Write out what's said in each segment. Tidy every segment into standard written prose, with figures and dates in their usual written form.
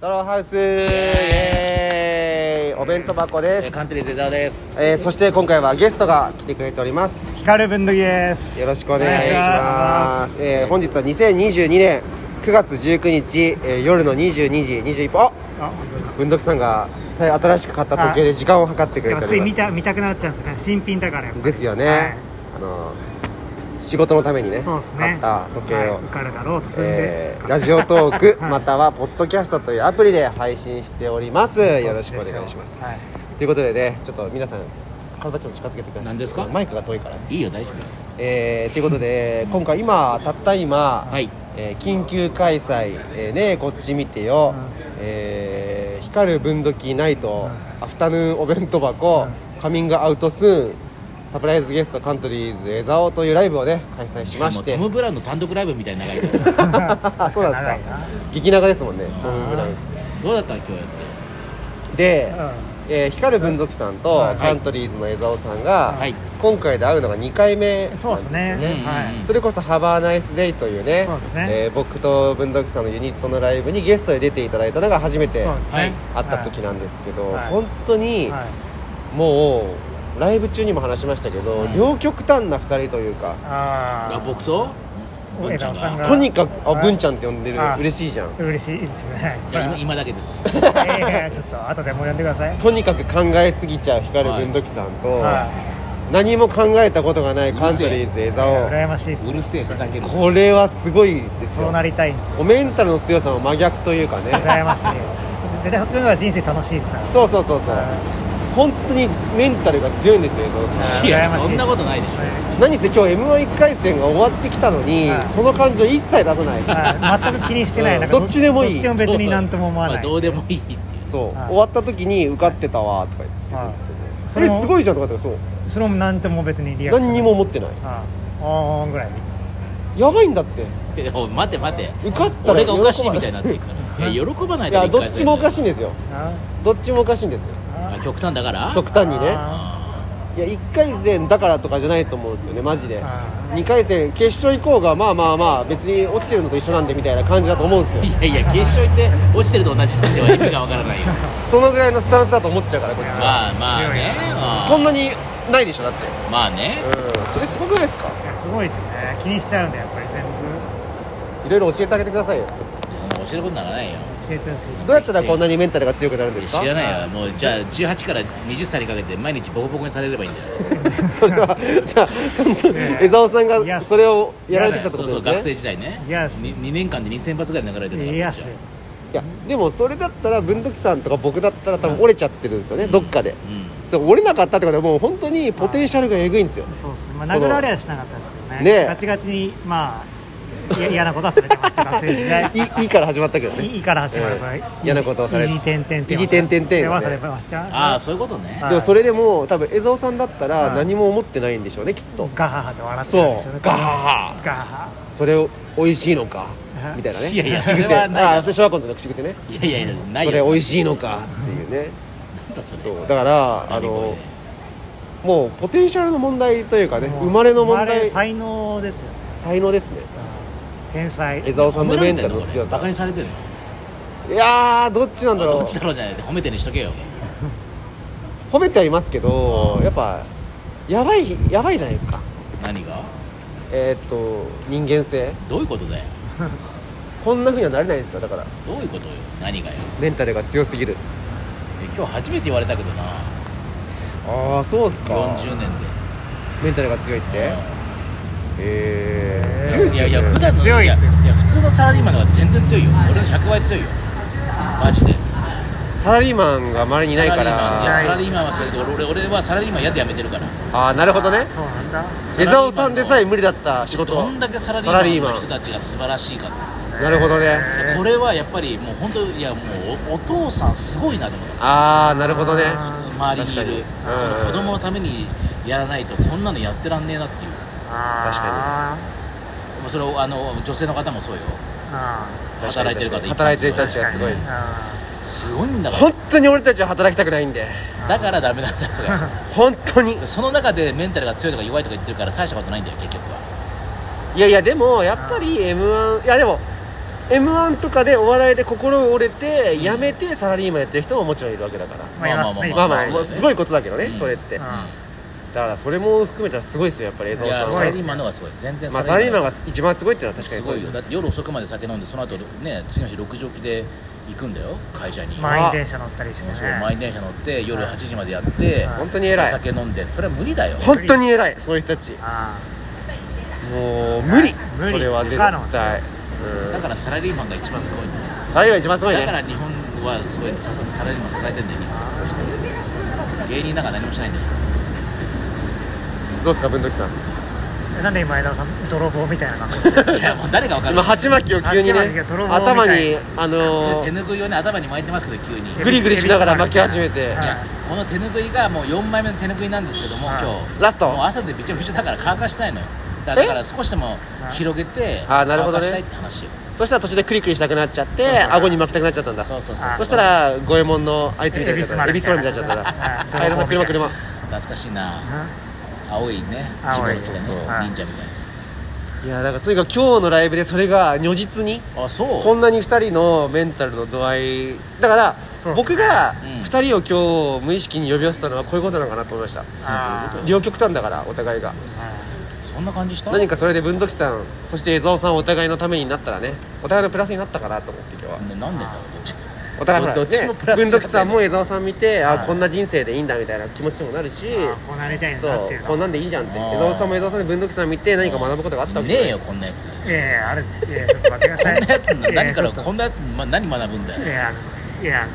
トローハウスイエーイお弁当箱です。 カントリーズ江澤です。 そして今回はゲストが来てくれております。 光文土器です。 よろしくお願いします。本日は2022年9月19日、夜の22時21分。文土器さんが新しく買った時計で時間を計ってくれております。 つい見たくなっちゃうんですよね。新品だからやっぱりですよね、はい、仕事のためにね、買った時計を、 受かるだろうと踏んで、 ラジオトークまたはポッドキャストというアプリで配信しております。よろしくお願いします、ということでね、ちょっと皆さん体ちょっと近づけてください。 何ですか？ マイクが遠いから。いいよ、大丈夫。 ということでたった今、はい、緊急開催、ねえこっち見てよ、光る分度器ナイト、アフタヌーンお弁当箱、カミングアウトスーン、サプライズゲストカントリーズ江澤というライブをね開催しまして、 トム・ブラウンの単独ライブみたいな長いそうなんですか。激長ですもんね、トム・ブラウン。 どうだった今日やってで、光る分度器さんとカントリーズの江澤さんが、はい、今回で会うのが2回目なんですよね。それこそハバーナイスデイというね、僕と分度器さんのユニットのライブにゲストで出ていただいたのが初めて会った時なんですけど、本当にもうライブ中にも話しましたけど、両極端な2人というか、 僕と文ちゃんがとにかく文ちゃんって呼んでる。嬉しいじゃん。 嬉しいですね。 今だけです。 ちょっと後でもう呼んでください。 とにかく考えすぎちゃう光る文土器さんと、何も考えたことがないカントリーズ江澤。 羨ましいです。 うるせえ、ふざける。 これはすごいですよ。 そうなりたいんですよ。 メンタルの強さも真逆というかね。 羨ましい。絶対そっちの方が人生楽しいですから。 そう本当にメンタルが強いんですよ。 いや、そんなことないでしょ。 何せ今日 M11 回戦が終わってきたのに、その感情一切出さない。 全く気にしてない。 どっちでもいい。 どっちも別に何とも思わない。 どうでもいいっていう。 そう、終わった時に受かってたわとか言って、それすごいじゃんとかって。 それも何とも別にリアクション何にも思ってない。 ぐらいやばいんだって。 待て受かったら俺がおかしいみたいになってるから喜ばないで。 いや、どっちもおかしいんですよ。どっちもおかしいんですよ。 極端だから。 極端にね。いや、1回戦だからとかじゃないと思うんですよね、マジで。2回戦決勝行こうがまあ別に落ちてるのと一緒なんでみたいな感じだと思うんですよ。 いや決勝行って落ちてると同じだっては意味がわからないよ。 そのぐらいのスタンスだと思っちゃうから、こっちは。 まあね、 そんなにないでしょ、だって。 まあね、 それすごくないですか？ すごいですね。気にしちゃうんで、やっぱり全部いろいろ教えてあげてくださいよ。 教えることならないよ。 教えてほしい。 どうやったらこんなにメンタルが強くなるんですか？ 知らないよ。もうじゃあ18から20歳にかけて毎日ボコボコにされればいいんだよ。 それはじゃあ江澤さんがそれをやられてたってことですね。 そう学生時代ね。2年間で2000発ぐらい流れてたから。いやでもそれだったら文土器さんとか僕だったら多分折れちゃってるんですよね、どっかで。折れなかったってことはもう本当にポテンシャルがえぐいんですよ。 そうですね。殴られはしなかったですけどね。ガチガチに嫌なことはされてましたから。 いいから始まったけどね。 いいから始まる。 嫌なことをされて。 いじてんてんはされました。 ああ、そういうことね。 でもそれでも多分江澤さんだったら何も思ってないんでしょうね、きっと。 ガハハって笑ってるんでしょうね。 ガハハ。それを美味しいのかみたいなね。 いや口癖。それ小学校の口癖ね。 いやないよ。 それ美味しいのかっていうね。 なんだそれ。 だからもうポテンシャルの問題というかね、生まれの問題。 才能ですよ。 才能ですね。 天才。 江澤さんのメンタルの強さ。 バカにされてるの？ いやー、どっちなんだろう。 どっちだろうじゃない。褒めてにしとけよ。 褒めてはいますけど、やっぱやばいじゃないですか。 何が？ 人間性。どういうことだよ。 こんな風にはなれないんですよ。だからどういうことよ。何がよ。 メンタルが強すぎる。 今日初めて言われたけどな。 ああ、そうっすか。 40年でメンタルが強いって。 強いっすよね。いや普段の強いですよ。いや普通のサラリーマンの方が全然強いよ。俺の100倍強いよ、マジで。 サラリーマンが周りにいないから。 サラリーマンはそれで俺はサラリーマン嫌で辞めてるから。 ああ、なるほどね。 そうなんだ。 江澤さんでさえ無理だった仕事。 どんだけサラリーマンの人たちが素晴らしいか。 なるほどね。 これはやっぱりもう本当、いやもうお父さんすごいなと思った。 ああ、なるほどね。 周りにいるその子供のためにやらないとこんなのやってらんねえなっていう。 確かに。それを女性の方もそうよ。働いてる方、 働いてる人たちがすごい。 すごいんだから。 本当に俺たちは働きたくないんで。 だからダメなんだから。 本当に。 その中でメンタルが強いとか弱いとか言ってるから大したことないんだよ結局は。 いやでもやっぱり M1、いやでも M1 とかでお笑いで心折れて辞めてサラリーマンやってる人ももちろんいるわけだから、まあすごいことだけどね、それって。だからそれも含めたらすごいですよ、やっぱり江戸さんは。サラリーマンの方がすごい、全然。まあサラリーマンが一番すごいっていうのは確かにそうです。だって夜遅くまで酒飲んで、その後ね、次の日6時起きで行くんだよ、会社に。 満員電車乗ったりしてね。 そう、 満員電車乗って夜8時までやって、本当に偉い。酒飲んで、それは無理だよ。本当に偉い、そういう人たち。もう無理。それは絶対。だからサラリーマンが一番すごい。サラリーマン一番すごいね。だから日本はすごいサラリーマン支えてんだよ、芸人なんか何もしないんだよ。どうですか、文土器さん。 なんで今枝さん泥棒みたいな感じ。 いやもう誰か分かる。 今鉢巻きを急にね、頭に手ぬぐいをね頭に巻いてますけど、急にグリグリしながら巻き始めて。いやこの手ぬぐいがもう4枚目の手ぬぐいなんですけども、今日ラスト。 もう朝でびちゃびちゃだから乾かしたいのよ。だから少しでも広げて乾かしたいって話よ。 そしたら途中でクリクリしたくなっちゃって顎に巻きたくなっちゃったんだ。そしたら五右衛門のあいつみたいになっちゃった。エビストロみたいになっちゃったら。車懐かしいな。青いね、着物着てね、忍者みたいな。 いやだからとにかく今日のライブでそれが如実に、こんなに2人のメンタルの度合いだから、僕が2人を今日無意識に呼び寄せたのはこういうことなのかなと思いました。両極端だからお互いが。 そんな感じした。 何かそれで文土器さんそして江澤さんお互いのためになったらね、お互いのプラスになったかなと思って今日は。 なんでだろう。 お互いどっちもプラス。文土器さんも江澤さん見て、あこんな人生でいいんだみたいな気持ちにもなるし、 こうなりたいなっていう、 こんなんでいいじゃんって。江澤さんも江澤さんで文土器さん見て何か学ぶことがあったわけねえよこんなやつ。 いやあれちょっと待ってください。 こんなやつ何からこんなやつ何学ぶんだよ。 いや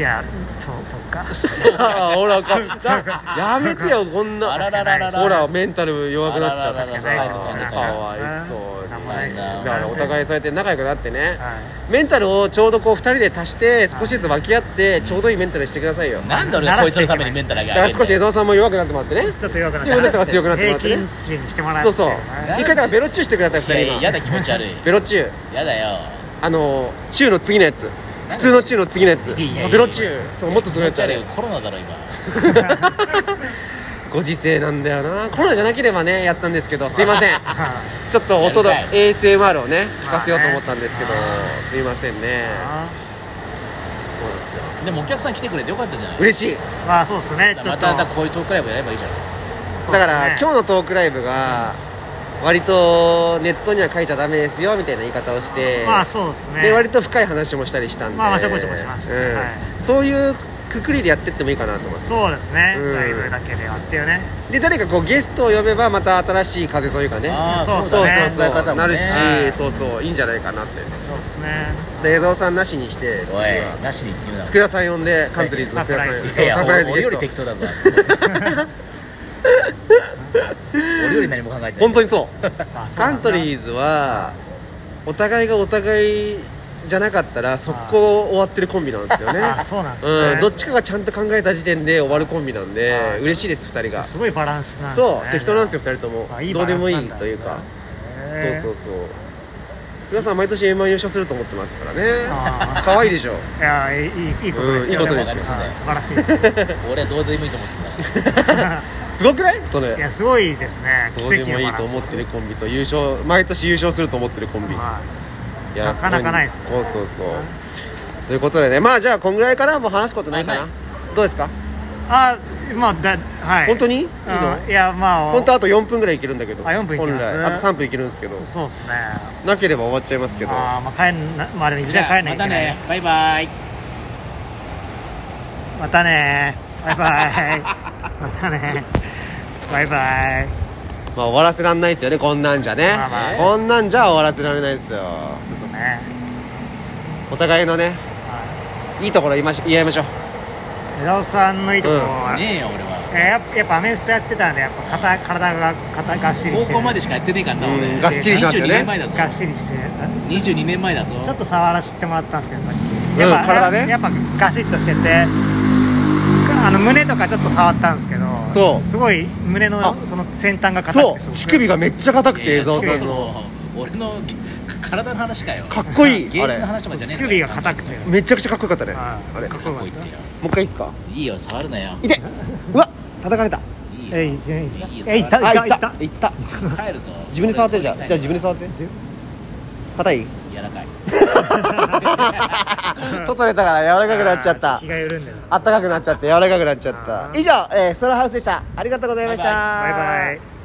そうか。 ほらやめてよこんな。ほらメンタル弱くなっちゃった。かわいそう。だからお互いそうやって仲良くなってね、メンタルをちょうどこう2人で足して少しずつ分け合ってちょうどいいメンタルにしてくださいよ。 なんで俺こいつのためにメンタル上げる。 だから少し江澤さんも弱くなってもらってね。 ちょっと弱くなって平均値にしてもらって。 そう一回だからベロチューしてください2人。 やだ気持ち悪い。 ベロチューやだよ。 チューの次のやつ、普通のチューの次のやつ、ベロチュー。そうもっとすごいやつあるよ。 コロナだろ今。 ご時世なんだよな。コロナじゃなければねやったんですけど、すいません。ちょっと音の ASMR をね聞かせようと思ったんですけど、すいませんね。そうなんですよ。 でもお客さん来てくれてよかったじゃない。 嬉しい。 まあそうですね。 またこういうトークライブやればいいじゃん。 だから今日のトークライブが割とネットには書いちゃダメですよみたいな言い方をして、 まあそうですね。 で割と深い話もしたりしたんで、 まあちょこちょこしました。 そういうくくりでやってってもいいかなと思って。 そうですね。ライブだけでやってよね。 で誰かこうゲストを呼べばまた新しい風というかね。そうなるし、そういいんじゃないかなって。 そうですね。 で江澤さんなしにして次はなしに言うな。 福田さん呼んでカントリーズの福田さん。 サプライズゲスト。俺より適当だぞ。俺より何も考えてない。 本当にそうカントリーズはお互いがお互いじゃなかったら速攻終わってるコンビなんですよね。 そうなんですね。 どっちかがちゃんと考えた時点で終わるコンビなんで嬉しいです。2人がすごいバランスなんですね。 そう適当なんですよ2人とも。どうでもいいというか。そう皆さん毎年 M1 優勝すると思ってますからね。可愛いでしょ。 いやいいことですよ。 いいことですよ。 素晴らしいです。 俺どうでもいいと思ってた。 すごくないそれ。 いやすごいですね。 どうでもいいと思ってるコンビと毎年優勝すると思ってるコンビ、 いやなかなかないです。 そうということでね、まあじゃあこんぐらいからもう話すことないかな。どうですか。 まあはい。 本当にいいの。 いやまあ本当あと4分ぐらいいけるんだけど。 4分いけます。 あと3分いけるんですけど。 そうですね。 なければ終わっちゃいますけど。 まあでもいずれ帰んないといけない。 またねバイバイ。 またねバイバイ。またねバイバイ。 まあ終わらせられないですよねこんなんじゃね。こんなんじゃ終わらせられないですよ。ちょっとねお互いのねいいところ言い合いましょう。 枝尾さんのいいところはねえよ俺は。 やっぱアメフトやってたんでやっぱ体ががっしりしてる。 高校までしかやってねえからな俺。 がっしりしますよね。 22年前だぞ。 がっしりして 22年前だぞ。 ちょっと触らせてもらったんですけどさっき体ねやっぱガシッとしてて胸とかちょっと触ったんですけど、そうすごい胸のその先端が硬くて、 そう乳首がめっちゃ硬くて江澤さんの俺の体の話かよ。 かっこいい。 芸人の話とかじゃねえ。 乳首が硬くてめちゃくちゃかっこよかったね。 あれかっこいいってよ。 もう一回いいですか。 いいよ触るなよ。 いてうわ叩かれた。 いった帰るぞ。自分で触ってじゃあ自分で触って。硬い。 柔らかい外出たから柔らかくなっちゃった。 気が緩んでる。 あったかくなっちゃって柔らかくなっちゃった。以上、ストローハウスでした。ありがとうございました。 バイバイ。